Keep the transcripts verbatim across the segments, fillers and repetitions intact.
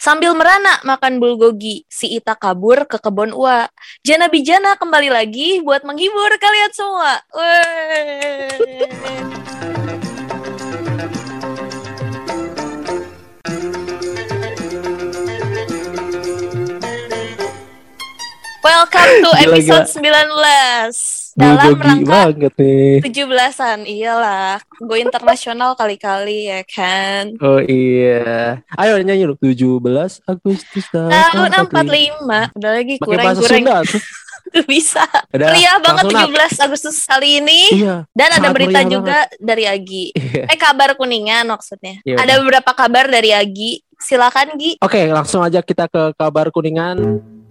Sambil merana makan bulgogi, si Ita kabur ke kebun Ua. Jana Bijana kembali lagi buat menghibur kalian semua. Weee. Welcome to Gila, episode gila. sembilan belas. Dalam Bulgogi rangka banget nih. tujuh belasan. Iyalah, go internasional kali-kali ya kan. Oh iya. Ayo nyanyi lu. tujuh belas Agustus Tahun empat puluh lima. Udah lagi Pakai bahasa kurang-kurang. Sunda tuh. Tuh bisa. Udah, Meriah banget langsung, tujuh Nat. belas Agustus kali ini. Iya. Dan ada sangat berita meriah juga banget. dari Agi. Iya. Eh kabar Kuningan maksudnya. Iya, Ada udah. beberapa kabar dari Agi. Silakan Gi. Oke, langsung aja kita ke kabar Kuningan.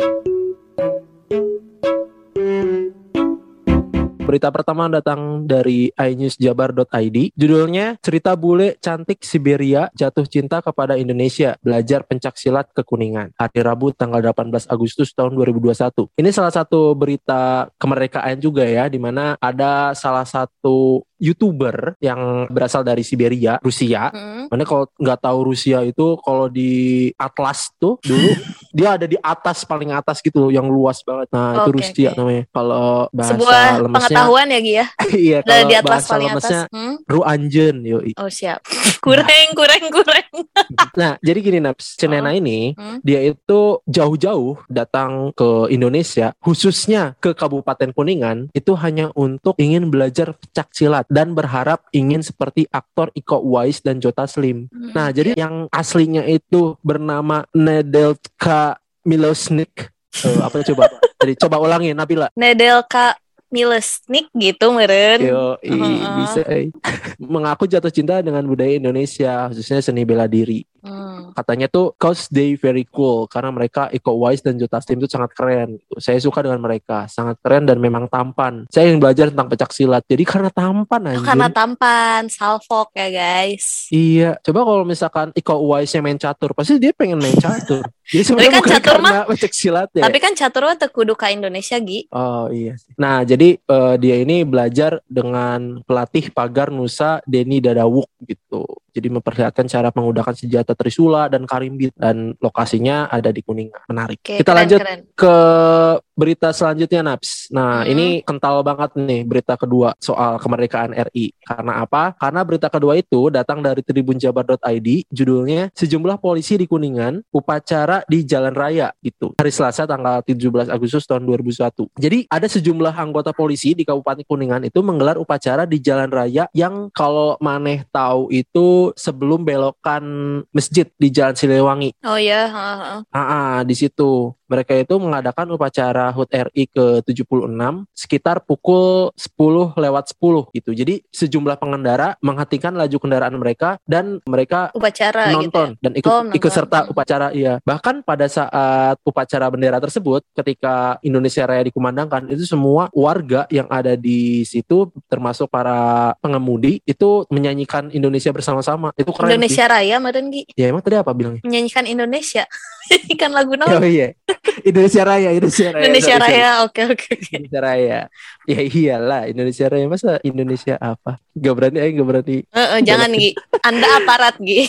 Berita pertama datang dari i news jabar dot i d. Judulnya, cerita bule cantik Siberia jatuh cinta kepada Indonesia, belajar pencak silat ke Kuningan. Hari Rabu tanggal delapan belas Agustus tahun dua ribu dua puluh satu. Ini salah satu berita kemerdekaan juga ya, di mana ada salah satu YouTuber yang berasal dari Siberia, Rusia. Hmm. Mana kalau nggak tahu Rusia itu, kalau di atlas tuh dulu dia ada di atas, paling atas gitu, yang luas banget. Nah, itu Oke, Rusia oke. namanya. Kalau bahasa Sebuah lemesnya, pengetahuan ya Gi ya. iya, Dari kalau di atlas bahasa paling atas. lemesnya Hmm? Ruanjen, yoi. Oh siap. Kureng, kureng, kureng. Nah, jadi gini Naps, Cenena ini Hmm? dia itu jauh-jauh datang ke Indonesia, khususnya ke Kabupaten Kuningan, itu hanya untuk ingin belajar pencak silat dan berharap ingin seperti aktor Iko Uwais dan Jota Slim. Hmm, Nah, jadi yang aslinya itu bernama Nedelka Milosnik. Oh, apa coba? Jadi coba ulangi Nabila. Nedelka Milesnik gitu meren. Yo, i, Uh-uh. bisa. eh. Mengaku jatuh cinta dengan budaya Indonesia, khususnya seni bela diri. Hmm. Katanya tuh cause they very cool, karena mereka Iko Uwais dan Jota Slim itu sangat keren. Saya suka dengan mereka, sangat keren dan memang tampan. Saya ingin belajar tentang pencak silat. Jadi karena tampan Oh, anjir. karena tampan, salfok ya guys. Iya, coba kalau misalkan Iko Uwaisnya main catur, pasti dia pengen main catur. Jadi Tapi sebenarnya kan bukan catur karena mah- pencak silat ya. Tapi kan catur mah teu kudu ka Indonesia Gi. Oh iya sih. Nah jadi eh, dia ini belajar dengan pelatih pagar Nusa Denny Dadawuk gitu. Jadi memperlihatkan cara menggunakan senjata Trisula dan Karimbit, dan lokasinya ada di Kuningan. Menarik. Oke, Kita keren, lanjut keren. ke berita selanjutnya Naps. Nah Hmm. ini kental banget nih berita kedua soal kemerdekaan R I. Karena apa? Karena berita kedua itu datang dari tribun jabar dot i d. Judulnya, sejumlah polisi di Kuningan upacara di jalan raya gitu. Hari Selasa tanggal tujuh belas Agustus tahun dua ribu satu. Jadi ada sejumlah anggota polisi di Kabupaten Kuningan itu menggelar upacara di jalan raya yang kalau maneh tahu itu sebelum belokan masjid di Jalan Siliwangi. Oh ya, heeh. Ah, ah, di situ mereka itu mengadakan upacara H U T R I ke tujuh puluh enam sekitar pukul sepuluh lewat sepuluh gitu. Jadi sejumlah pengendara menghentikan laju kendaraan mereka dan mereka Upacara menonton gitu. dan ikut Oh, ikut menonton. serta Hmm. upacara, iya. Bahkan pada saat upacara bendera tersebut, ketika Indonesia Raya dikumandangkan, itu semua warga yang ada di situ termasuk para pengemudi itu menyanyikan Indonesia bersama-sama. Itu keren Indonesia sih. Raya meren Gi. Ya emang tadi apa bilangnya? Menyanyikan Indonesia. Menyanyikan lagu Oh naon? iya. Indonesia Raya, Indonesia Raya. Indonesia sorry, sorry. Raya. Oke, oke, oke. Indonesia Raya. Ya iyalah, Indonesia Raya, masa Indonesia apa? Gak berani, eh gak berani. Heeh, jangan Gi. Anda aparat Gi.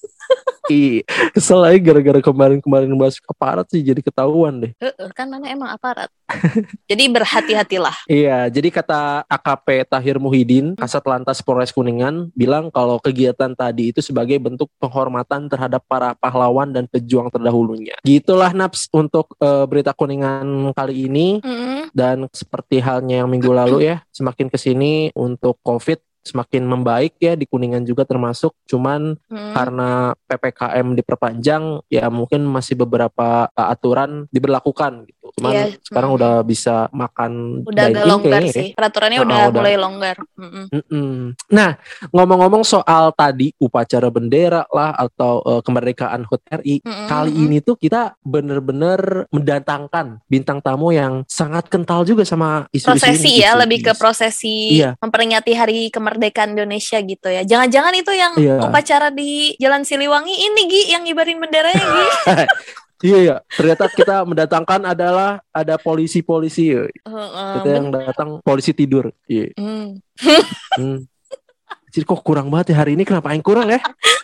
Ih, kesel aja gara-gara kemarin-kemarin bahas aparat sih jadi ketahuan deh. Heeh, kan mana emang aparat. Jadi berhati-hatilah. Iya, jadi kata A K P Tahir Muhyiddin, Kasat Lantas Polres Kuningan, bilang kalau kegiatan tadi itu sebagai bentuk penghormatan terhadap para pahlawan dan pejuang terdahulunya. Gitulah Naps untuk uh, berita Kuningan kali ini. Mm-mm. Dan seperti halnya yang minggu lalu ya, semakin kesini untuk COVID semakin membaik ya, di Kuningan juga termasuk. Cuman Hmm. karena P P K M diperpanjang, ya mungkin masih beberapa uh, aturan diberlakukan gitu. Cuman Iya. sekarang Hmm. udah bisa makan Udah agak dine-in longgar kayaknya ya. sih. Peraturannya Nah, udah udah. mulai longgar. Mm-mm. Mm-mm. Nah, ngomong-ngomong soal tadi upacara bendera lah atau uh, kemerdekaan H U T R I, Mm-mm. kali ini tuh kita bener-bener mendatangkan bintang tamu yang sangat kental juga sama isu-isu Prosesi ini. ya, gitu. lebih ke prosesi Iya. memperingati hari kemerdekaan Indonesia gitu ya. Jangan-jangan itu yang Iya. upacara di Jalan Siliwangi ini Gi, yang ngibarin benderanya Gi. Iya ya, ternyata kita mendatangkan adalah ada polisi-polisi ya. Heeh, Kita yang datang polisi tidur. Iya. Hmm. Hmm. Jadi kok kurang banget ya hari ini, kenapa yang kurang ya?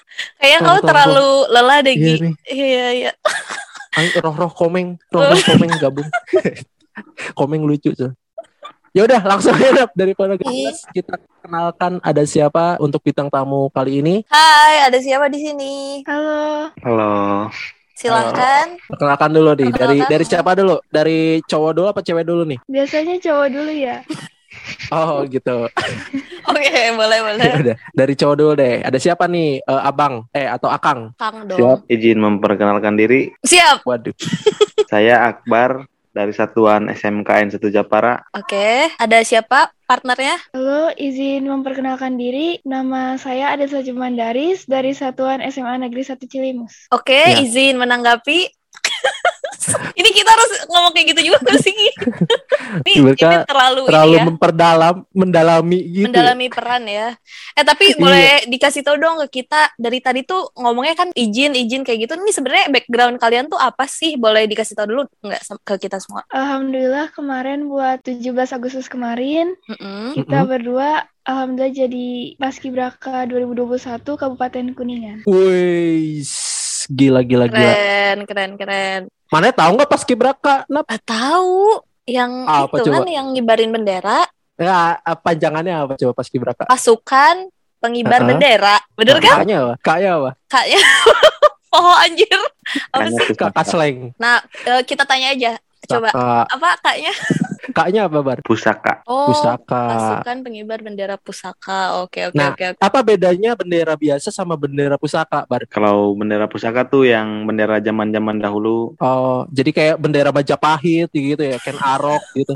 Kayaknya kamu Tolong, tolong, terlalu lelah deh, Iya Gi. nih. Iya, iya. Ayo, roh-roh komeng, roh-roh komeng gabung. Komeng lucu tuh. Ya udah langsung aja Dap. Daripada gak jelas, kita kenalkan ada siapa untuk bintang tamu kali ini. Hai, ada siapa di sini? Halo. Halo. Silahkan. Perkenalkan dulu nih. Dari Perkenalkan. dari siapa dulu? Dari cowok dulu apa cewek dulu nih? Biasanya cowok dulu ya. Oh gitu. Oke, boleh, boleh. Ya udah. Dari cowok dulu deh. Ada siapa nih? Eh, abang, eh atau akang? Kang Siap, dong. izin memperkenalkan diri. Siap. Waduh. Saya Akbar dari Satuan S M K N satu Japara. Oke, ada siapa partnernya? Halo, izin memperkenalkan diri. Nama saya Adesa Jumandaris dari Satuan S M A Negeri satu Cilimus. Oke, Ya. izin menanggapi. Ini kita harus ngomong kayak gitu juga gak sih? Ini, Mereka ini terlalu, Terlalu ini ya, memperdalam, mendalami gitu. mendalami peran ya. Eh tapi Iya. boleh dikasih tahu dong ke kita, dari tadi tuh ngomongnya kan izin izin kayak gitu. Ini sebenarnya background kalian tuh apa sih? Boleh dikasih tahu dulu nggak sem- ke kita semua? Alhamdulillah kemarin buat tujuh belas Agustus kemarin, Mm-mm. kita Mm-mm. berdua Alhamdulillah jadi Paskibraka dua ribu dua puluh satu Kabupaten Kuningan. Wih, gila gila gila. Keren, keren, keren. Mana tahu nggak pas kibraka? Nap? Ah, tahu yang Apa itu coba? kan yang ngibarin bendera, Ya, panjangannya apa coba pas kibraka? pasukan pengibar Uh-uh. bendera. Bener kan? Kayaknya apa? Kayak apa? Kayaknya oh anjir. Apa Kayaknya sih? susah. Kakak slang. Nah, eh, kita tanya aja. Coba Kakak. apa kayaknya? Kakaknya apa, Bar? Pusaka. Oh, Pusaka. pasukan pengibar bendera pusaka. Oke, oke, Nah, oke. oke. apa bedanya bendera biasa sama bendera pusaka, Bar? Kalau bendera pusaka tuh yang bendera zaman-zaman dahulu. Oh, jadi kayak bendera Majapahit gitu ya, Ken Arok gitu.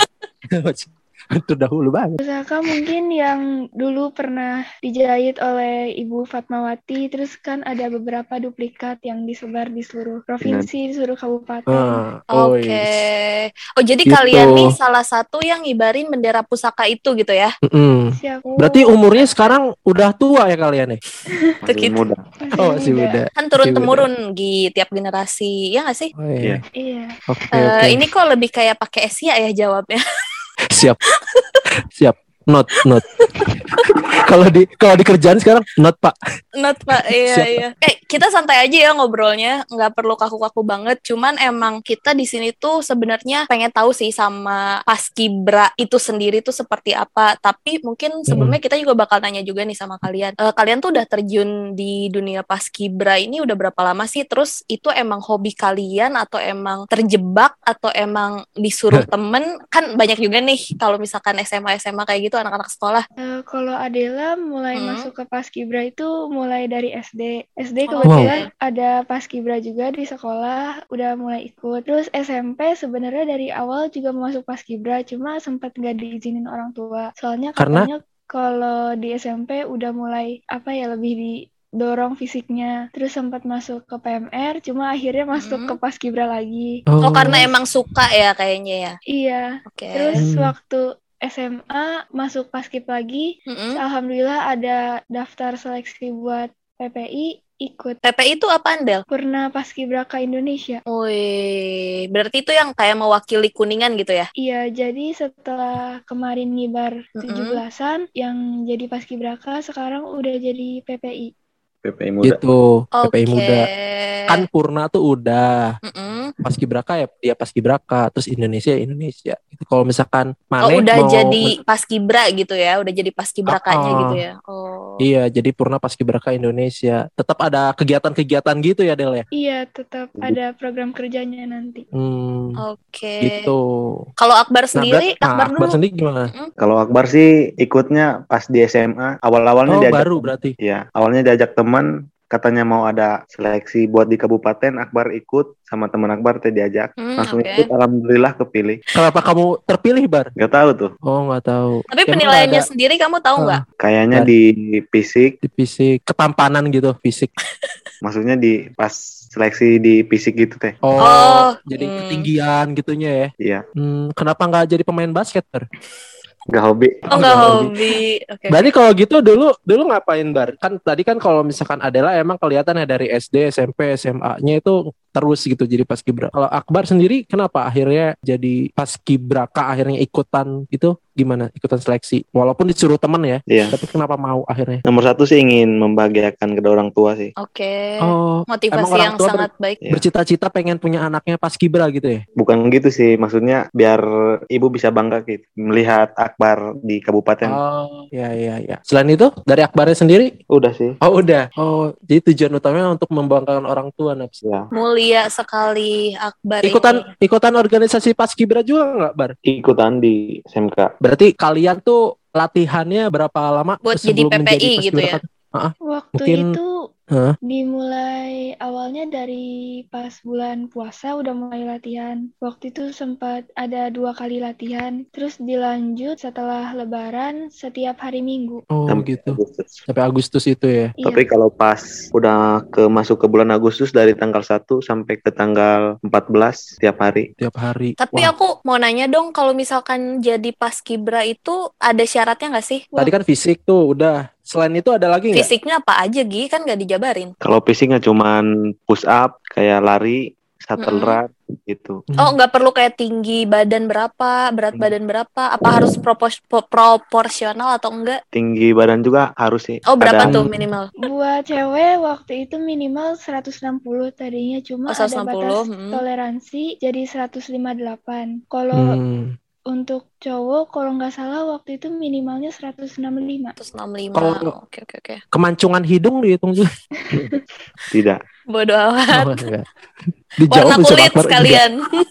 Itu dahulu banget. Pusaka mungkin yang dulu pernah dijahit oleh Ibu Fatmawati, terus kan ada beberapa duplikat yang disebar di seluruh provinsi, di seluruh kabupaten. Ah, Oke. wis. Oh, jadi Gitu. kalian nih salah satu yang ngibarin bendera pusaka itu gitu ya? Mm-mm. Siap. Berarti umurnya sekarang udah tua ya kalian nih? Masih gitu. muda. Oh, masih muda. Kan turun Masih temurun di tiap generasi, ya nggak sih? Oh, iya. Iya. Oke, Eh, oke. Ini kok lebih kayak pakai Asia ya jawabnya? Siap. Siap. Not, not. Kalau di kalau di kerjaan sekarang not, Pak. Not Pak, iya Siap. iya. Eh kita santai aja ya ngobrolnya, nggak perlu kaku-kaku banget. Cuman emang kita di sini tuh sebenarnya pengen tahu sih sama Paskibra itu sendiri tuh seperti apa. Tapi mungkin sebelumnya kita juga bakal nanya juga nih sama kalian. Eh, kalian tuh udah terjun di dunia Paskibra ini udah berapa lama sih? Terus itu emang hobi kalian atau emang terjebak atau emang disuruh temen? Kan banyak juga nih kalau misalkan S M A S M A kayak gitu anak-anak sekolah. Eh, kalau Adela mulai Hmm. masuk ke Paskibra itu mulai dari S D. S D Oh, kebetulan ada Paskibra juga di sekolah, udah mulai ikut. Terus S M P sebenarnya dari awal juga mau masuk Paskibra, cuma sempat nggak diizinin orang tua. Soalnya Karena? katanya kalau di S M P udah mulai apa ya lebih didorong fisiknya. Terus sempat masuk ke P M R, cuma akhirnya masuk Hmm. ke Paskibra lagi. Oh karena emang suka ya kayaknya ya. Iya. Oke. Terus Hmm. waktu S M A masuk Paskib lagi, Mm-mm. alhamdulillah ada daftar seleksi buat P P I, ikut P P I itu apaan, Del? Purna Paskibraka Indonesia. Wih, berarti itu yang kayak mewakili Kuningan gitu ya? Iya, jadi setelah kemarin ngibar tujuh belasan, yang jadi Paskibraka sekarang udah jadi P P I. P P I muda. gitu. P P I Oke. muda. Kan Purna tuh udah. Mm-mm. Paskibraka ya dia Paskibraka, terus Indonesia ya Indonesia. Gitu. Kalau misalkan Oh Mane udah mau jadi Paskibra gitu ya? Udah jadi Paskibrakanya Ah, ah. gitu ya? Oh. Iya, jadi Purna Paskibraka Indonesia. Tetap ada kegiatan-kegiatan gitu ya, Del ya? Iya, tetap ada program kerjanya nanti. Hmm, Oke. gitu. Kalau Akbar Nah, sendiri, berat- nah, Akbar Akbar dulu. sendiri gimana? Kalau Akbar sih ikutnya pas di S M A. Awal-awalnya Oh, diajak. baru berarti. Iya, awalnya diajak teman. Katanya mau ada seleksi buat di kabupaten. Akbar ikut sama teman Akbar teh diajak. Hmm, Langsung oke. ikut. Alhamdulillah kepilih. Kenapa kamu terpilih, Bar? Gak tahu tuh. Oh, nggak tahu. Tapi Emang penilaiannya nggak ada sendiri kamu tahu nggak? Kayaknya Bar. di fisik. di fisik, ketampanan gitu, fisik. Maksudnya di pas seleksi di fisik gitu teh. Oh, Oh, jadi hmm. ketinggian gitunya ya. Iya. Hmm, kenapa nggak jadi pemain basket, Bar? Gak hobi. Oh nggak hobi. Oke. Berarti kalau gitu dulu dulu ngapain, Bar? Kan tadi kan kalau misalkan Adela emang kelihatan ya dari S D, S M P, S M A-nya itu terus gitu jadi paskibra. Kalau Akbar sendiri kenapa akhirnya jadi paskibraka, akhirnya ikutan itu gimana? Ikutan seleksi walaupun disuruh teman ya. Iya. Tapi kenapa mau akhirnya? Nomor satu sih ingin membahagiakan kedua orang tua sih. Oke. Oh, Motivasi emang orang yang tua sangat baik. Iya. bercita-cita pengen punya anaknya paskibra gitu ya? Bukan gitu sih, maksudnya biar ibu bisa bangga gitu melihat Akbar di kabupaten. Oh, ya ya ya. Selain itu dari Akbarnya sendiri? Udah sih. Oh udah. Oh, jadi tujuan utamanya untuk membanggakan orang tua, Naps. Ya. Mulia sekali Akbar Ikutan ini. ikutan organisasi paskibra juga nggak, Bar? Ikutan di S M K. Berarti kalian tuh latihannya berapa lama Buat jadi sebelum P P I menjadi gitu ya? paskibraka? Ah, Waktu Mungkin- itu Hah? dimulai awalnya dari pas bulan puasa udah mulai latihan. Waktu itu sempat ada dua kali latihan, terus dilanjut setelah Lebaran setiap hari Minggu. Oh Sampai gitu. Agustus. Sampai Agustus itu ya. Iya. Tapi kalau pas udah ke masuk ke bulan Agustus dari tanggal satu sampai ke tanggal empat belas tiap hari. Tiap hari. Tapi Wah. aku mau nanya dong, kalau misalkan jadi paskibra itu ada syaratnya nggak sih? Tadi kan fisik tuh udah. Selain itu ada lagi nggak? Fisiknya apa aja, Gi? Kan nggak dijabarin. Kalau fisiknya cuman push up, kayak lari, shuttle Mm-mm. run gitu. Hmm. Oh, nggak perlu kayak tinggi badan berapa, berat badan berapa? Apa harus propos- po- proporsional atau enggak? Tinggi badan juga harus sih. Oh, berapa Ada- tuh minimal? Buat cewek waktu itu minimal seratus enam puluh tadinya, Oh, cuma ada seratus enam puluh, batas hmm. toleransi jadi seratus lima puluh delapan. Kalau Hmm. untuk cowok kalau nggak salah waktu itu minimalnya seratus enam puluh lima. seratus enam puluh lima. Kalau- Oke, oke, oke. Kemancongan hidung dihitung juga. Tidak. Bodoh amat. Oh, enggak. Dijawab Warna bisa kulit Akbar, sekalian. enggak.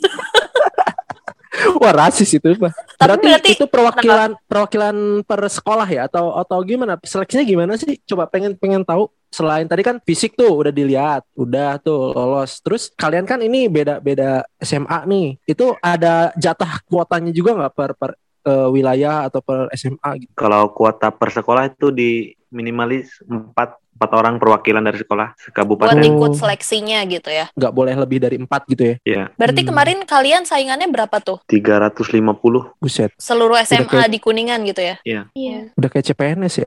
Wah, rasis itu, Pak. Berarti, berarti- itu perwakilan perwakilan per sekolah ya atau atau gimana? Seleksinya gimana sih? Coba pengen pengen tahu. Selain tadi kan fisik tuh udah dilihat, udah tuh lolos. Terus kalian kan ini beda-beda S M A nih. Itu ada jatah kuotanya juga nggak per per eh, wilayah atau per S M A gitu? Kalau kuota per sekolah itu di minimalis empat empat orang perwakilan dari sekolah Buat sekabupaten. Oh. ikut seleksinya gitu ya. Nggak boleh lebih dari empat gitu ya? Ya, Berarti Hmm. kemarin kalian saingannya berapa tuh? tiga ratus lima puluh. Buset, Seluruh S M A Udah kayak- di Kuningan gitu ya? Iya. udah kayak C P N S ya?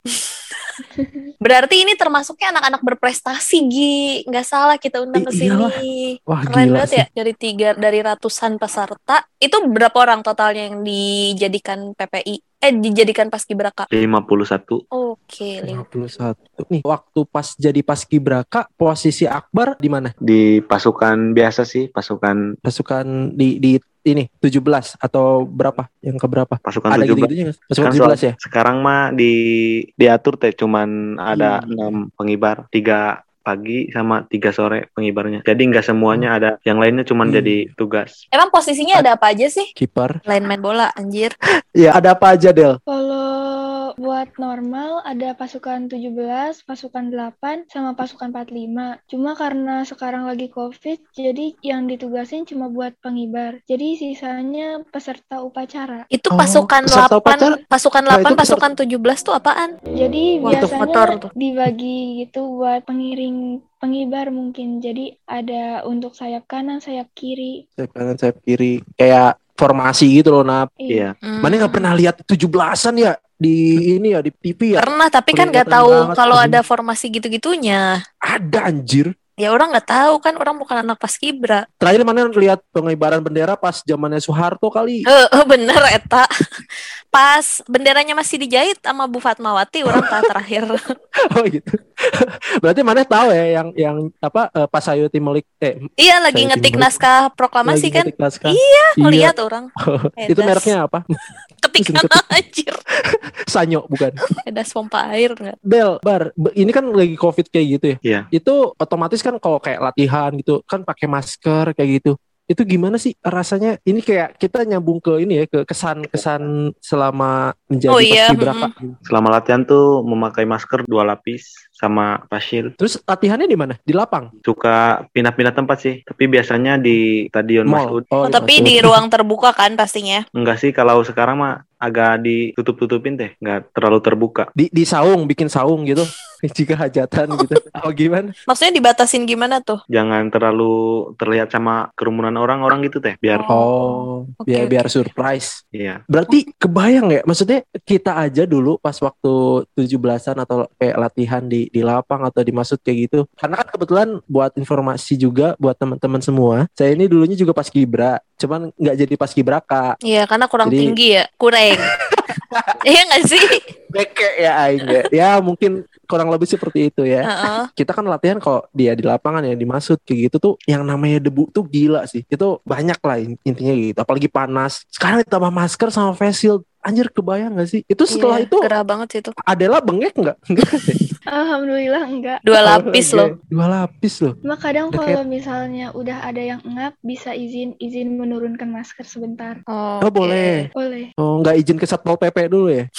Berarti ini termasuknya anak-anak berprestasi, Gi. Nggak salah kita undang ke I- iyalah. sini. Wah, Keren gila banget sih. ya. Dari tiga dari ratusan peserta, itu berapa orang totalnya yang dijadikan P P I? Eh, dijadikan paskibraka? lima puluh satu. Oke, lima lima. puluh satu. Nih, waktu pas jadi paskibraka, posisi Akbar di mana? Di pasukan biasa sih, pasukan Pasukan di di ini tujuh belas atau berapa? Yang ke berapa? pasukan Ada tujuh belas. gitu-gitunya nggak? Pasukan Kan tujuh belas soal- ya? Sekarang mah di diatur teh cuman ada Hmm. enam pengibar, tiga pagi sama tiga sore pengibarnya. Jadi nggak semuanya ada, yang lainnya cuman Hmm. jadi tugas. Emang posisinya ada apa aja sih? Kiper. Lain main bola, anjir. Iya, ada apa aja, Del? Kalau buat normal ada pasukan tujuh belas, pasukan delapan, sama pasukan empat puluh lima. Cuma karena sekarang lagi COVID, jadi yang ditugasin cuma buat pengibar. Jadi sisanya peserta upacara. Itu Oh, pasukan peserta upacara? delapan, pasukan Nah, delapan, itu peserta- pasukan tujuh belas tuh apaan? Jadi Wah, itu biasanya motor tuh. dibagi gitu buat pengiring pengibar mungkin. Jadi ada untuk sayap kanan, sayap kiri. Sayap kanan, sayap kiri. Kayak formasi gitu loh, Nap. Iya. Hmm. Mana nggak pernah lihat tujuh belasan ya di ini ya di T V ya? Pernah, tapi kan nggak Kelihatan tahu banget kalau ini. ada formasi gitu-gitunya. Ada anjir. Ya orang nggak tahu kan, orang bukan anak paskibra. Terakhir mana lihat pengibaran bendera pas zamannya Soeharto kali. Eh, eh, bener eta. Pas benderanya masih dijahit sama Bu Fatmawati, orang tak terakhir. Oh gitu. Berarti mana tahu ya yang yang apa eh, pas Ayu Timolik eh Iya, lagi Saya ngetik Timur. naskah proklamasi lagi kan. ngetik naskah. Iya, Iya. Ngeliat orang. Itu Edas. mereknya apa? Ketikan Terus anjir. Sanyo bukan. Edas pompa air nggak? Bel, Bar, be- ini kan lagi Covid kayak gitu ya. Iya. Itu otomatis kan kalau kayak latihan gitu kan pakai masker kayak gitu. Itu gimana sih rasanya? Ini kayak kita nyambung ke ini ya, ke kesan-kesan selama menjadi Oh iya, paskibraka. Selama latihan tuh memakai masker dua lapis sama face shield. Terus latihannya di mana? Di lapang. Suka pindah-pindah tempat sih, tapi biasanya di Stadion Masud. Oh, di tapi Masud. di ruang terbuka kan pastinya. Enggak sih, kalau sekarang mah agak ditutup-tutupin teh, nggak terlalu terbuka. di di saung, bikin saung gitu. Jika hajatan gitu. Oh gimana? Maksudnya dibatasin gimana tuh? Jangan terlalu terlihat sama kerumunan orang-orang gitu teh, biar Oh, Oke, biar oke. biar surprise. iya. Berarti kebayang ya? Maksudnya kita aja dulu pas waktu tujuh belasan atau kayak latihan di di lapang atau di masud kayak gitu. Karena kan kebetulan buat informasi juga buat teman-teman semua. Saya ini dulunya juga paskibra, cuman nggak jadi paskibraka. Iya, karena kurang Jadi- tinggi ya, kurang. Iya nggak sih? Beke ya aing ya. Ya mungkin kurang lebih seperti itu ya. Heeh. Kita kan latihan kalau dia di lapangan ya di masud kayak gitu tuh yang namanya debu tuh gila sih. Itu banyak lah in- intinya gitu. Apalagi panas. Sekarang ditambah masker sama face shield. Anjir kebayang gak sih? Itu setelah Iya, itu gerah banget sih itu. Adela bengek nggak? Enggak deh. Alhamdulillah enggak. Dua lapis Oke. loh. Dua lapis loh. Cuma kadang Udah kalau misalnya udah ada yang ngap, bisa izin izin menurunkan masker sebentar. Oh, Oh boleh. Boleh. Oh nggak izin ke Satpol P P dulu ya?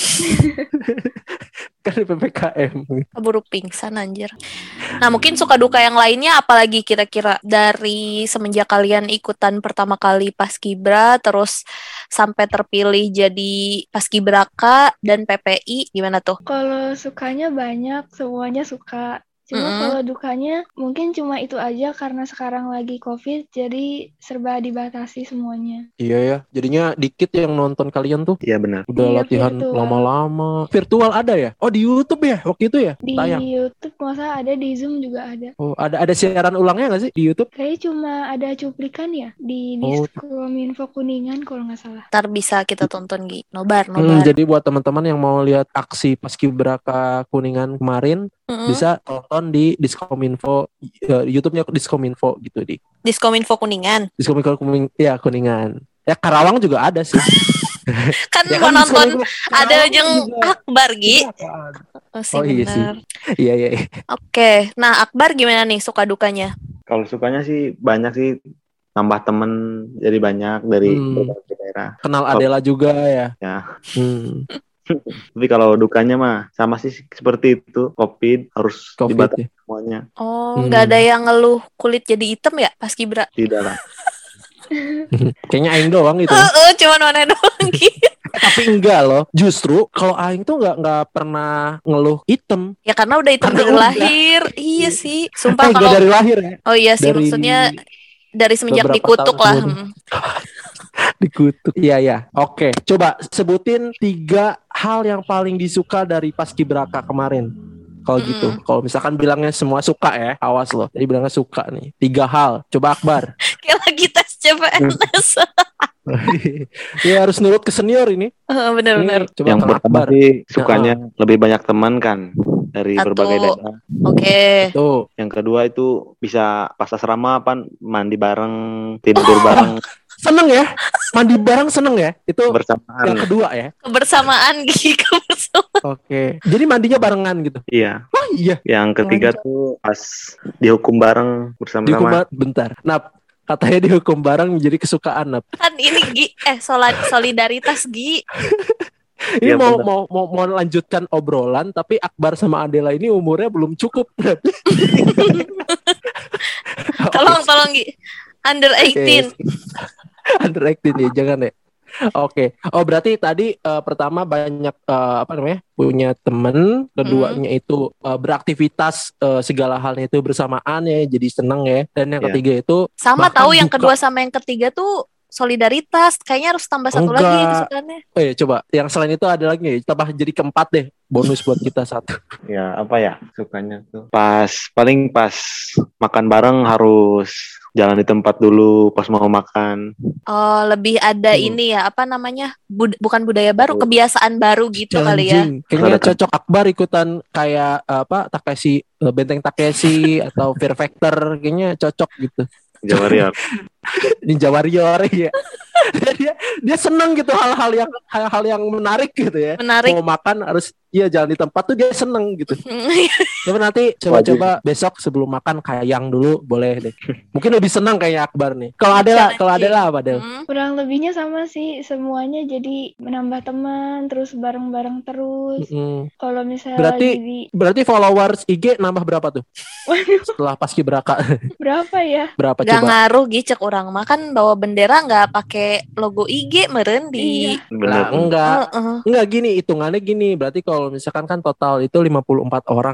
Kan di P P K M. Keburu pingsan anjir. Nah mungkin suka duka yang lainnya apalagi kira-kira dari semenjak kalian ikutan pertama kali paskibra terus sampai terpilih jadi paskibraka dan P P I gimana tuh? Kalau sukanya banyak, semuanya suka. Cuma Mm-mm. kalau dukanya mungkin cuma itu aja karena sekarang lagi COVID, jadi serba dibatasi semuanya. Iya ya. Jadinya dikit yang nonton kalian tuh. Iya benar. Udah Iya, latihan virtual. lama-lama. Virtual ada ya? Oh di YouTube ya waktu itu ya? Di Tayang. YouTube masa ada, di Zoom juga ada. Oh ada ada siaran ulangnya nggak sih di YouTube? Kayaknya cuma ada cuplikan ya di Oh. Diskominfo Kuningan kalau nggak salah. Ntar bisa kita tonton Gi. Nobar, Hmm, nobar. jadi buat teman-teman yang mau lihat aksi Paskibraka Kuningan kemarin Mm-mm. bisa tonton di Diskominfo, eh, YouTube-nya Diskominfo gitu di Diskominfo Kuningan. Diskominfo Kuning, ya Kuningan. Ya Karawang juga ada sih. Kan Ya mau kan nonton Diskominfo ada Karawang yang juga. Akbar Gi. Iya, Oh, sih Oh, iya sih. benar. Iya iya. iya. Oke, nah Akbar gimana nih suka dukanya? Kalau sukanya sih banyak sih, nambah temen jadi banyak dari Hmm. berbagai daerah. Kenal Oh. Adela juga ya. Ya. Hmm, Tapi kalau dukanya mah sama sih seperti itu, COVID harus Covid dibatasi ya. semuanya. Oh, Hmm. nggak ada yang ngeluh kulit jadi hitam ya paskibra? Tidak lah. Kayaknya aing doang itu. Heeh, cuman mana doang gitu. Tapi enggak loh. Justru kalau aing tuh enggak enggak pernah ngeluh hitam. Ya karena udah hitam Karena dari udah. lahir. Iya sih. Eh, Sumpah enggak kalau dari lahir ya. oh iya sih dari maksudnya dari semenjak beberapa dikutuk tahun lah. kemudian. Hmm. Dikutuk. Iya ya. Oke, coba sebutin tiga hal yang paling disuka dari Paskibraka kemarin. Kalau Mm-mm. gitu, kalau misalkan bilangnya semua suka ya, awas loh. Jadi bilangnya suka nih. Tiga hal. Coba Akbar. Kayak lagi tes C P N S. Ya harus nurut ke senior ini. Heeh, bener-bener. Ini, coba Yang Kang pertama Akbar. sih sukanya lebih banyak teman kan dari Satu. berbagai daerah. Oke. Tuh. Yang kedua itu bisa pas asrama apa mandi bareng, tidur bareng Seneng ya? Mandi bareng seneng ya? Itu bersamaan. yang kedua ya. Kebersamaan Gi, kebersamaan. Oke. Jadi mandinya barengan gitu. Iya. Oh iya. Yang ketiga tuh pas dihukum bareng Dihukum bersama-sama. bar- bentar. Nap, katanya dihukum bareng menjadi kesukaan Nap. Kan ini Gi, eh sola- solidaritas Gi. Ini Iya, mau, benar. mau mau mau lanjutkan obrolan tapi Akbar sama Adela ini umurnya belum cukup. Tolong tolong Gi. Under eighteen. Under eighteen ya, jangan ya. Oke. Oh berarti tadi eh, pertama banyak eh, apa namanya? Punya temen, keduanya itu eh, beraktivitas eh, segala halnya itu bersamaan ya, jadi seneng ya. Dan yang Iya. ketiga itu Sama bahkan tahu yang buka- kedua sama yang ketiga tuh solidaritas. Kayaknya harus tambah satu Enggak. lagi kesukaannya. oh ya coba yang selain itu ada lagi ya, tambah jadi keempat deh. Bonus buat kita satu. Ya apa ya sukanya tuh. Pas paling pas makan bareng harus jalan di tempat dulu pas mau makan. Oh, lebih ada Hmm. ini ya, apa namanya? Bud- bukan budaya baru, kebiasaan baru gitu kali ya. Anjing. Kayaknya Ada- cocok Akbar ikutan kayak apa Takeshi eh, Benteng Takeshi atau Fear Factor, kayaknya cocok gitu. Jawa Warrior. Ninja Warrior ya. dia dia seneng gitu hal-hal yang hal-hal yang menarik gitu ya. Menarik. Mau makan harus iya jalan di tempat tuh dia seneng gitu. Coba nanti coba-coba besok sebelum makan kayang dulu boleh deh. Mungkin lebih seneng kayak Akbar nih. Kalau Adela, kalau Adela apa Del? Hmm. Kurang lebihnya sama sih, semuanya jadi menambah teman, terus bareng-bareng terus. Mm-mm. Kalau misalnya Berarti lagi di berarti followers I G nambah berapa tuh? Waduh, Setelah Paskibraka berapa ya? berapa Gak coba? ngaruh Gi, cek orang makan bawa bendera nggak pakai logo I G meren di. Iya. Bener. Lah enggak. Heeh. Enggak gini, hitungannya gini. Berarti kalau misalkan kan total itu lima puluh empat orang ya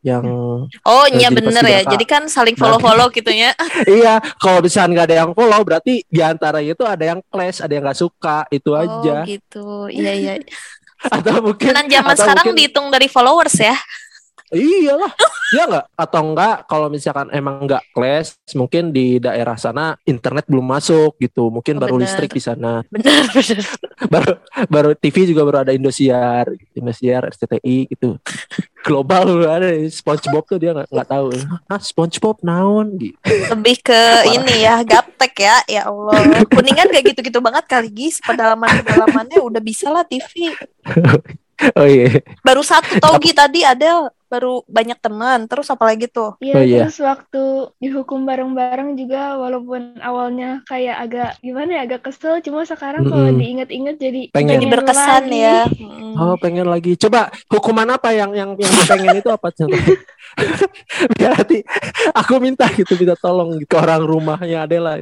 yang Oh eh, iya jadi bener ya. paskibraka. Jadi kan saling follow-follow gitu ya. Iya, kalau misalnya nggak ada yang follow, berarti di antaranya itu ada yang clash, ada yang nggak suka, itu Oh aja. gitu. Iya iya. Atau mungkin, Tenan zaman atau sekarang mungkin, dihitung dari followers ya. iyalah, ya nggak? Atau enggak? Kalau misalkan emang nggak clash, mungkin di daerah sana internet belum masuk gitu, mungkin Oh, baru bener. listrik di sana, Bener bener. baru baru T V juga baru ada Indosiar, Indosiar, R C T I gitu. Global udah ada SpongeBob tuh dia nggak nggak tahu. Ah SpongeBob naon gitu. Lebih ke ini ya, gaptek ya. Ya Allah. Kuningan gak gitu-gitu banget kali Gis. Pedalaman-pedalamannya udah bisa lah T V. Oh iya. Baru satu tau Gi tadi ada baru banyak teman. Terus apa lagi tuh? Iya, Oh, iya. terus waktu dihukum bareng-bareng juga walaupun awalnya kayak agak gimana ya, agak kesel, cuma sekarang kalau Mm-mm. diinget-inget jadi Pengen. Jadi berkesan lagi. ya. Mm. Oh pengen lagi. Coba hukuman apa yang yang yang pengen itu apa contohnya? Biar nanti aku minta gitu, minta tolong ke orang rumahnya Adela.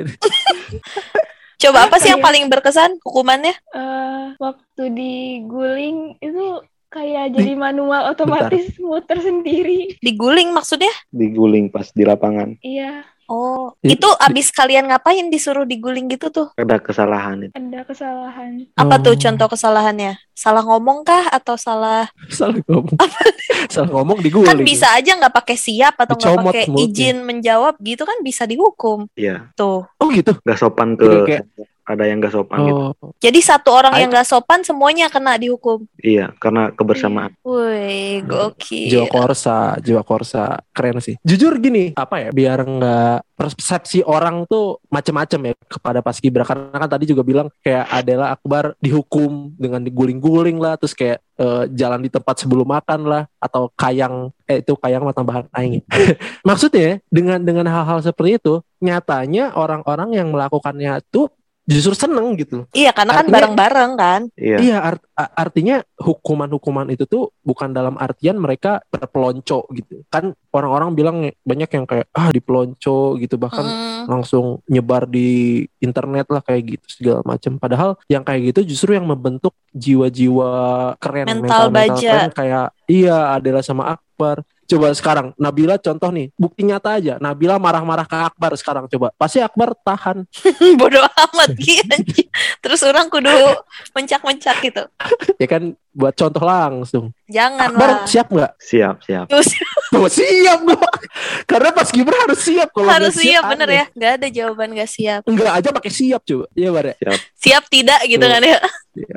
Coba apa sih yang Iya. paling berkesan hukumannya? Eh, waktu diguling itu kayak jadi manual otomatis muter sendiri. Diguling maksudnya? Diguling pas di lapangan. Iya, Oh, It- itu abis kalian ngapain disuruh diguling gitu tuh? Ada kesalahan itu. ada kesalahan. Apa tuh Oh. contoh kesalahannya? Salah ngomong kah atau salah? Salah ngomong. Salah ngomong Kan diguling. bisa aja nggak pakai siap atau nggak Dicomot pakai mulutnya. izin menjawab gitu kan bisa dihukum Iya, tuh. Oh gitu. nggak sopan Jadi ke kayak- ada yang nggak sopan gitu. Oh. Jadi satu orang Ay- yang nggak sopan semuanya kena dihukum. Iya, karena kebersamaan. Wih, gokil. Jiwa korsa, jiwa korsa, keren sih. Jujur gini, apa ya, biar nggak persepsi orang tuh macem-macem ya kepada paskibra. Karena kan tadi juga bilang kayak Adela Akbar dihukum dengan diguling-guling lah, terus kayak eh, jalan di tempat sebelum makan lah, atau kayang, eh itu kayang mah tambahan aing. Maksudnya dengan dengan hal-hal seperti itu, nyatanya orang-orang yang melakukannya tuh justru seneng gitu. Iya, karena kan Artinya- bareng-bareng kan. Iya. Iya, art- a- artinya hukuman-hukuman itu tuh bukan dalam artian mereka berpelonco gitu. Kan orang-orang bilang banyak yang kayak ah dipelonco gitu, bahkan Hmm. langsung nyebar di internet lah kayak gitu segala macam. Padahal yang kayak gitu justru yang membentuk jiwa-jiwa keren, Mental mental-mental baja. keren kayak iya Adela sama Akbar. Coba sekarang Nabila contoh nih, bukti nyata aja. Nabila marah-marah ke Akbar sekarang coba. Pasti Akbar tahan. Bodoh amat gitu. Terus orang kudu mencak-mencak gitu. Ya kan buat contoh langsung. Jangan Akbar lah. siap nggak? Siap, siap. Terus Tuh, siap dong. Karena pas Gibran harus siap. Kalau harus nggak siap bener aneh. ya. Gak ada jawaban gak siap. Enggak aja pakai siap coba. Iya Bar ya? Siap tidak gitu Tuh. kan ya.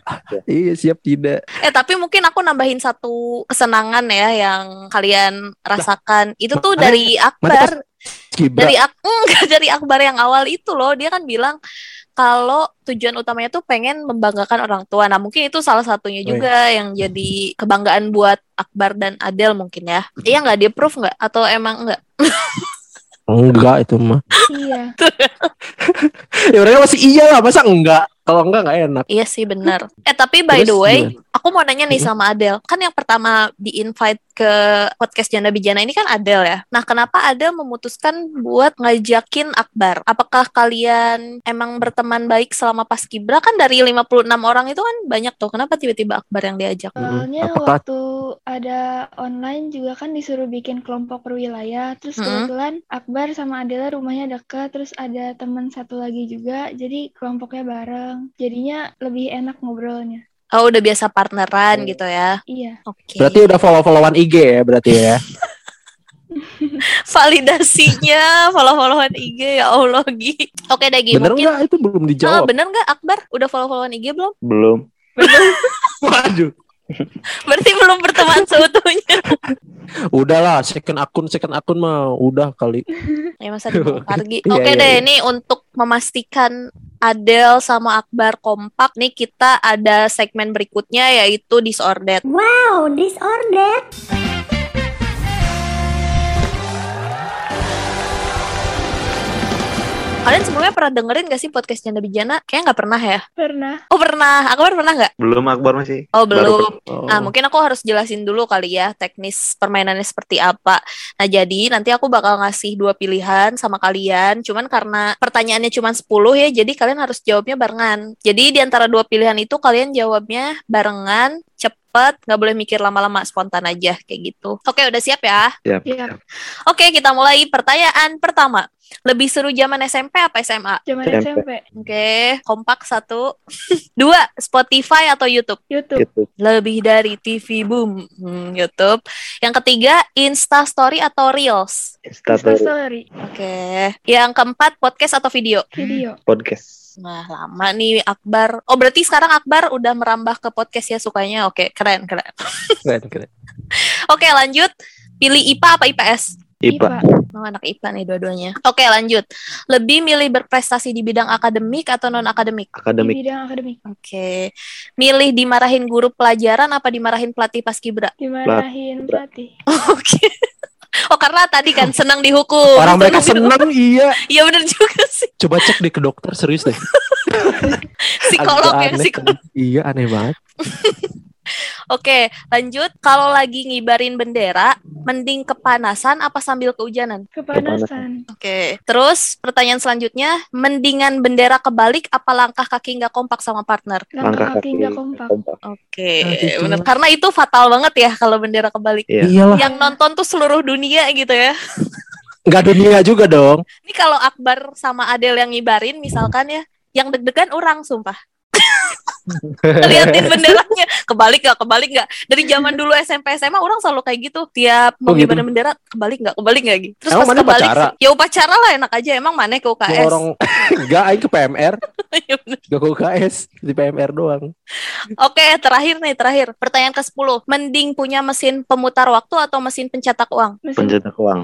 Iya siap tidak. Eh tapi mungkin aku nambahin satu kesenangan ya yang kalian rasakan. Itu tuh mana- dari Akbar. Gibran. Dari Ak enggak dari Akbar yang awal itu loh. Dia kan bilang kalau tujuan utamanya tuh pengen membanggakan orang tua. Nah mungkin itu salah satunya Oh, iya. juga yang jadi kebanggaan buat Akbar dan Adel mungkin ya. Iya nggak, dia proof nggak? Atau emang nggak? Enggak itu mah. Iya, Ya mereka masih iya lah. Masa enggak? Kalau enggak enggak enak. Iya sih benar. Eh tapi by Terus the way, gimana? aku mau nanya nih sama Adel. Kan yang pertama di-invite ke podcast Janda Bijana ini kan Adel ya. Nah, kenapa Adel memutuskan buat ngajakin Akbar? Apakah kalian emang berteman baik selama Paskibra? Kan dari lima puluh enam orang itu kan banyak tuh. Kenapa tiba-tiba Akbar yang diajak? soalnya Apakah- waktu ada online juga kan disuruh bikin kelompok perwilayah. Terus Mm-mm. kebetulan Akbar sama Adela rumahnya dekat. Terus ada teman satu lagi juga. Jadi kelompoknya bareng. Jadinya lebih enak ngobrolnya. Oh, udah biasa partneran gitu ya. Iya. Oke. Berarti udah follow-followan I G ya berarti ya. Validasinya follow-followan I G ya Allah Gi. Oke deh Gi, Bener mungkin enggak itu belum Ah, dijawab. bener nggak Akbar? Udah follow-followan I G belum? Belum. Waduh. Berarti belum berteman seutuhnya. Udahlah, second akun second akun mah udah kali. Ya masa dibongkar Gi. Iya, Oke iya, deh, iya. ini untuk memastikan Adel sama Akbar kompak nih kita ada segmen berikutnya yaitu disordered. Wow, disordered. Kalian sebelumnya pernah dengerin gak sih podcast Janda Bijana? Kayaknya nggak pernah ya? Pernah. Oh pernah, Akbar pernah nggak? Belum Akbar masih. Oh Baru belum. Oh. Nah, mungkin aku harus jelasin dulu kali ya teknis permainannya seperti apa. Nah, jadi nanti aku bakal ngasih dua pilihan sama kalian. Cuman karena pertanyaannya cuma sepuluh ya, jadi kalian harus jawabnya barengan. Jadi di antara dua pilihan itu kalian jawabnya barengan, cepat cepet, nggak boleh mikir lama-lama, spontan aja kayak gitu. Oke, udah siap ya? Siap. Siap. Oke, kita mulai pertanyaan pertama. Lebih seru zaman S M P apa S M A? Zaman S M P. S M P. Oke, kompak satu. Dua, Spotify atau YouTube? YouTube. Gitu. Lebih dari T V boom, hmm, YouTube. Yang ketiga, Insta Story atau Reels? Insta Instastory. Story. Oke. Yang keempat, podcast atau video? Video. Podcast. Nah, lama nih Akbar. Oh, berarti sekarang Akbar udah merambah ke podcast ya sukanya. Oke, keren, keren. Keren, keren. Oke, lanjut. Pilih I P A apa I P S? I P A. Oh, anak I P A nih dua-duanya. Oke, lanjut. Lebih milih berprestasi di bidang akademik atau non-akademik? Di Akademik. bidang akademik. Oke. Milih dimarahin guru pelajaran apa dimarahin pelatih paskibra? Dimarahin pelatih. Oke. Oh, karena tadi kan senang dihukum. Orang mereka Senang seneng, iya. dihukum. Iya bener juga sih. Coba cek deh ke dokter, serius deh. Psikolog Agak ya, aneh. psikolog. Iya, aneh banget. Oke, lanjut. Kalau lagi ngibarin bendera, mending kepanasan apa sambil kehujanan? Kepanasan. Oke. Terus pertanyaan selanjutnya, mendingan bendera kebalik apa langkah kaki nggak kompak sama partner? Langkah kaki nggak kompak. Oke, Nah, gitu. bener. Karena itu fatal banget ya kalau bendera kebalik. Iya. Iyalah, Yang nonton tuh seluruh dunia gitu ya. nggak dunia juga dong. Ini kalau Akbar sama Adel yang ngibarin misalkan ya, yang deg-degan orang sumpah. Liatin benderanya kebalik gak kebalik gak dari zaman dulu S M P S M A orang selalu kayak gitu tiap mau Oh, gitu? ngibarin bendera kebalik gak kebalik gak gitu terus Emang pas mana kebalik upacara? ya upacara lah enak aja emang mana ke U K S. Ya orang enggak, aing ke P M R, Ya bener. enggak ke U K S, di P M R doang. Oke, terakhir nih terakhir pertanyaan ke sepuluh, mending punya mesin pemutar waktu atau mesin pencetak uang? Mesin Pencetak uang.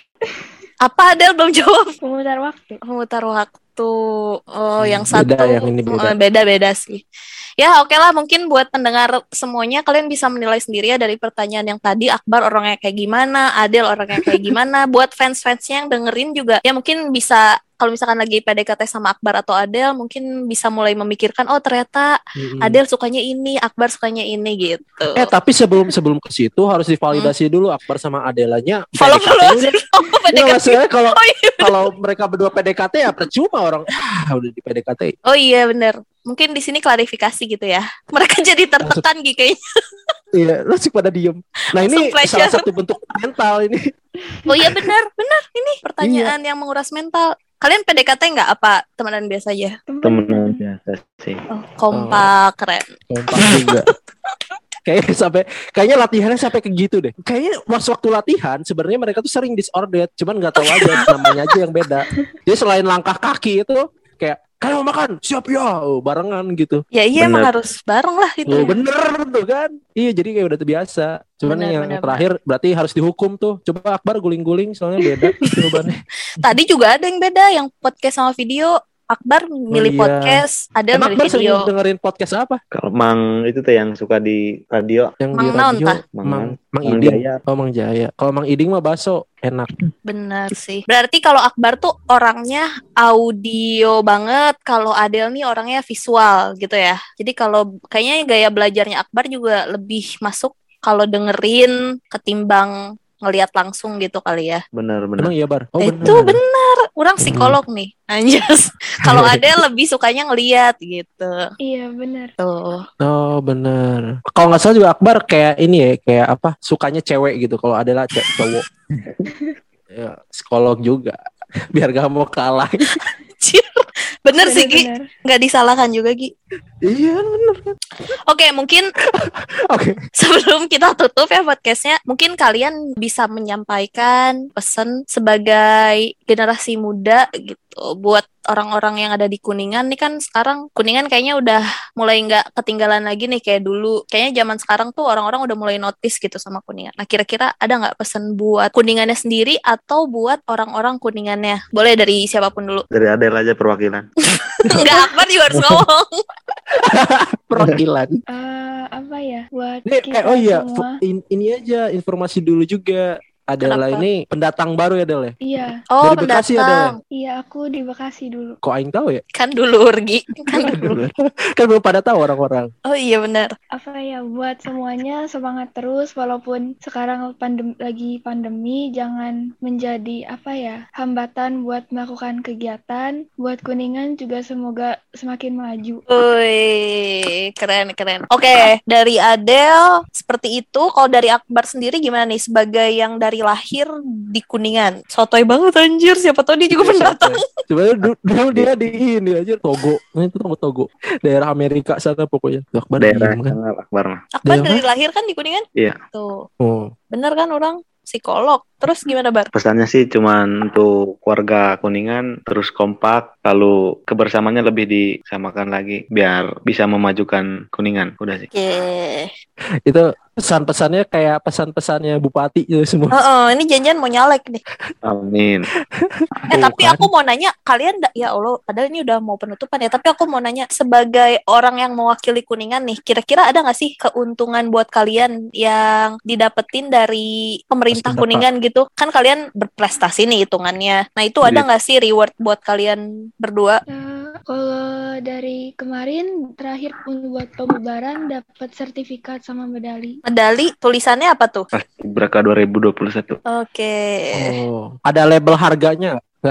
Apa Adel belum jawab? pemutar waktu. Pemutar waktu. Oh, yang Beda, satu yang ini beda. eh, beda-beda sih. Ya, oke lah, mungkin buat pendengar semuanya kalian bisa menilai sendiri ya dari pertanyaan yang tadi. Akbar orangnya kayak gimana, Adel orangnya kayak gimana. Buat fans-fansnya yang dengerin juga ya mungkin bisa, kalau misalkan lagi P D K T sama Akbar atau Adel, mungkin bisa mulai memikirkan, oh ternyata Mm-mm. Adel sukanya ini, Akbar sukanya ini gitu. Eh tapi sebelum sebelum ke situ harus divalidasi dulu Akbar sama Adelanya. Follow-follow P D K T. oh, P D K T. Iya, maksudnya kalau Oh iya, kalau mereka berdua P D K T ya percuma orang ah, udah di P D K T. oh iya bener. Mungkin di sini klarifikasi gitu ya. Mereka jadi tertekan gitu kayaknya. Iya, langsung pada diem. Nah ini Langsung pleasure. salah satu bentuk mental ini. Oh iya benar, benar. Ini pertanyaan yang menguras mental. Kalian P D K T nggak apa temenan biasa aja? Temenan biasa sih. Oh, kompak, keren. Kompak juga. Kayaknya sampai kayaknya latihannya sampai ke gitu deh. Kayaknya pas waktu latihan sebenarnya mereka tuh sering disordered, cuman nggak tahu aja namanya aja yang beda. Jadi selain langkah kaki itu kayak kayak mau makan, siap ya, oh, barengan gitu. Ya iya Bener. emang harus bareng lah itu. Oh, bener tuh kan. Iya, jadi kayak udah terbiasa. Cuman Bener, yang bener, terakhir berarti harus dihukum tuh. Coba Akbar guling-guling soalnya beda jawabannya. Tadi juga ada yang beda, yang podcast sama video. Akbar milih iya. podcast, ada Emang milih Akbar sering video. dengerin podcast apa? Kalau Mang itu tuh yang suka di radio. Yang Mang di naon radio? tah? Mang, Mang, Mang Mang Iding. Jaya. Oh, Mang Jaya. Kalau Mang Iding mah bakso enak. Bener sih. Berarti kalau Akbar tuh orangnya audio banget, kalau Adel nih orangnya visual gitu ya. Jadi kalau kayaknya gaya belajarnya Akbar juga lebih masuk kalau dengerin ketimbang ngelihat langsung gitu kali ya. Benar, benar. Emang iya, Bar? Oh, Eh, bener. Itu benar. Orang psikolog nih. Anjas. Kalau Adel lebih sukanya ngelihat gitu. Iya benar. Tuh. Oh, bener. Kalau nggak salah juga Akbar kayak ini ya, kayak apa? Sukanya cewek gitu. Kalau adalah ce- cowok. Ya, psikolog juga. Biar gak mau kalah. Anjir. Bener sih Gi, Benar. nggak disalahkan juga Gi. Iya, bener kan. Oke, mungkin Oke. sebelum kita tutup ya podcastnya, mungkin kalian bisa menyampaikan pesan sebagai generasi muda gitu buat orang-orang yang ada di Kuningan nih. Kan sekarang Kuningan kayaknya udah mulai nggak ketinggalan lagi nih kayak dulu. Kayaknya zaman sekarang tuh orang-orang udah mulai notice gitu sama Kuningan. Nah, kira-kira ada nggak pesan buat Kuningannya sendiri atau buat orang-orang Kuningannya? Boleh dari siapapun dulu. Dari Adel aja perwakilan. Nggak, Akbar juga harus ngomong. Perwakilan. Eh, apa ya buat Ini, kita eh, oh iya, semua? fu- in- ini aja informasi dulu juga. Adela Kenapa? ini pendatang baru ya Del ya? Iya, Oh, Dari Bekasi ya, Del, ya? pendatang. iya aku di Bekasi dulu. Kok aing tahu ya? Kan dulu, Gi. Kan dulu. Kan belum pada tahu orang-orang. Oh iya benar. Apa ya, buat semuanya semangat terus walaupun sekarang pandem lagi pandemi, jangan menjadi apa ya, hambatan buat melakukan kegiatan. Buat Kuningan juga semoga semakin maju. Wih, keren keren. Oke, dari Adele seperti itu. Kalau dari Akbar sendiri gimana nih sebagai yang dari lahir di Kuningan? Sotoy banget anjir, siapa tahu dia juga pendatang. Sebenarnya du- dulu dia di ini aja Togo. Nah, itu Togo Togo. Daerah Amerika sana pokoknya. Akbar Daerah diem kan. sana Akbar mah. Akbar Daerah dari lahir kan di Kuningan? Iya. Tuh, Oh. bener kan orang psikolog. Terus gimana Bar? Pesannya sih cuman untuk keluarga Kuningan terus kompak, lalu kebersamaannya lebih disamakan lagi biar bisa memajukan Kuningan. Udah sih. Oke. Itu pesan-pesannya kayak pesan-pesannya bupati itu semua. Heeh, ini janjian mau nyalek nih. Amin. Eh Tuh, tapi kan. aku mau nanya, kalian da- ya Allah, padahal ini udah mau penutupan ya, tapi aku mau nanya sebagai orang yang mewakili Kuningan nih, kira-kira ada nggak sih keuntungan buat kalian yang didapetin dari pemerintah Paskibraka. Kuningan gitu? Kan kalian berprestasi nih hitungannya. Nah itu ada Iya. nggak sih reward buat kalian berdua? Eh, kalau dari kemarin terakhir pun buat pembubaran dapat sertifikat sama medali. Medali, tulisannya apa tuh? Paskibraka dua ribu dua puluh satu. Oke. Oh, ada label harganya nggak?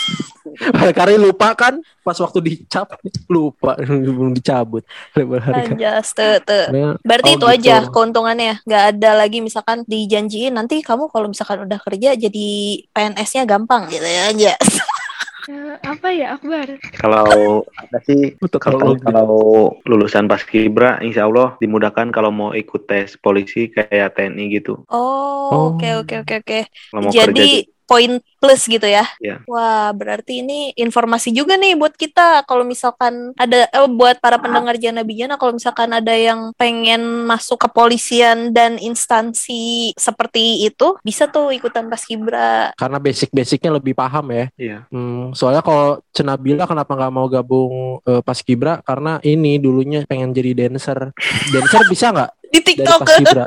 Kali lupa kan pas waktu dicap lupa belum dicabut label harga. Anjas, tuh, tuh. Nah, Berarti oh itu gitu. aja keuntungannya. Nggak ada lagi misalkan dijanjiin nanti kamu kalau misalkan udah kerja jadi P N S-nya gampang gitu ya aja. Eh, apa ya Akbar? Kalau ada sih Untuk kalau, kalau kalau lulusan Paskibra insya Allah dimudahkan kalau mau ikut tes polisi kayak T N I gitu. Oh, Oh. oke oke oke oke. Kalau mau kerja Jadi gitu. poin plus gitu ya. Iya. Wah, berarti ini informasi juga nih buat kita. Kalau misalkan ada eh, buat para pendengar Jana Bijana, kalau misalkan ada yang pengen masuk kepolisian dan instansi seperti itu, bisa tuh ikutan Paskibra. karena basic-basicnya lebih paham ya. Iya. Hmm, soalnya kalau Cenabila kenapa nggak mau gabung eh, Paskibra karena ini dulunya pengen jadi dancer. Dancer bisa nggak Di dari TikTok. Paskibra?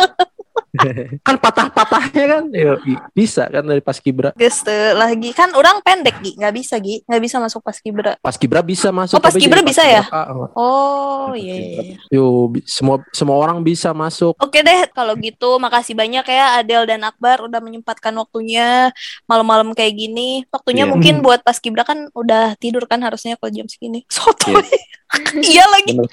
Kan patah-patahnya kan ya, bisa kan dari Paskibra. Geus teu lagi kan orang pendek Gi, nggak bisa Gi, nggak bisa masuk Paskibra. Paskibra bisa masuk. Oh, tapi Paskibra jadi bisa ya? Paskibraka enggak. Oh iya. iya, iya. Yo, bi- semua semua orang bisa masuk. Oke deh, kalau gitu makasih banyak ya Adel dan Akbar udah menyempatkan waktunya malam-malam kayak gini. Waktunya Iya. mungkin buat Paskibra kan udah tidur kan harusnya kalau jam segini. Sotoy. Iya lagi. Bener,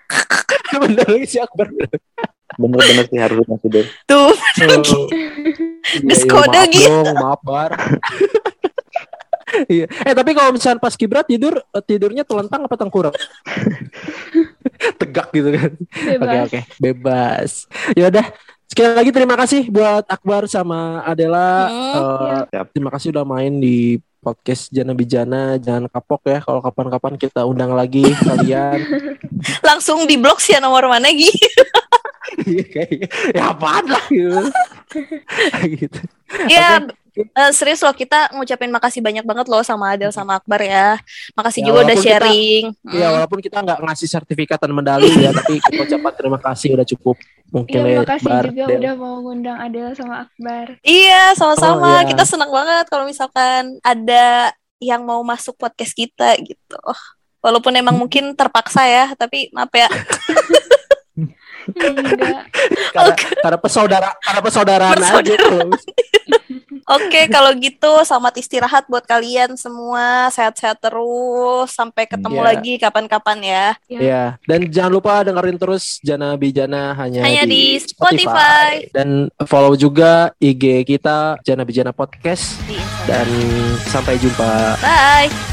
Bener lagi si Akbar. bener-bener sih harus masih deh. Tuh. Oh. Geus Iya, iya, kode maaf gitu. dong, maaf Bar. Iya. Eh tapi kalau misalnya pas Kibra tidur eh, tidurnya telentang apa tengkurap? Tegak gitu kan. Oke Bebas. oke, bebas. Ya udah. Sekali lagi terima kasih buat Akbar sama Adela. Hmm, Eh, Siap. terima kasih udah main di podcast Jana Bijana. Jangan kapok ya kalau kapan-kapan kita undang lagi kalian. Langsung di blok sih ya nomor mana Gi? Iya, kayaknya ya apaan lah gitu. Gitu. Iya, eh, serius loh kita ngucapin makasih banyak banget loh sama Adel sama Akbar ya. Makasih Ya, juga udah walaupun kita- sharing. Ya Hmm. walaupun kita nggak ngasih sertifikat dan medali ya, tapi kita ucapkan terima kasih udah cukup mungkin Iya, ya, makasih Bar, juga Del. udah mau ngundang Adel sama Akbar. Iya, sama-sama. Oh, iya. Kita senang banget kalau misalkan ada yang mau masuk podcast kita gitu. Walaupun emang mungkin terpaksa ya, tapi maaf ya. Enggak. karena karena pesaudara karena persaudaraan aja Bersaudara. kalau Oke, kalau gitu selamat istirahat buat kalian semua. Sehat-sehat terus. Sampai ketemu Iya. lagi kapan-kapan ya. ya. Dan jangan lupa dengerin terus Jana Bijana hanya, Hanya di Spotify. Dan follow juga I G kita Jana Bijana Podcast Di Instagram. dan sampai jumpa. Bye.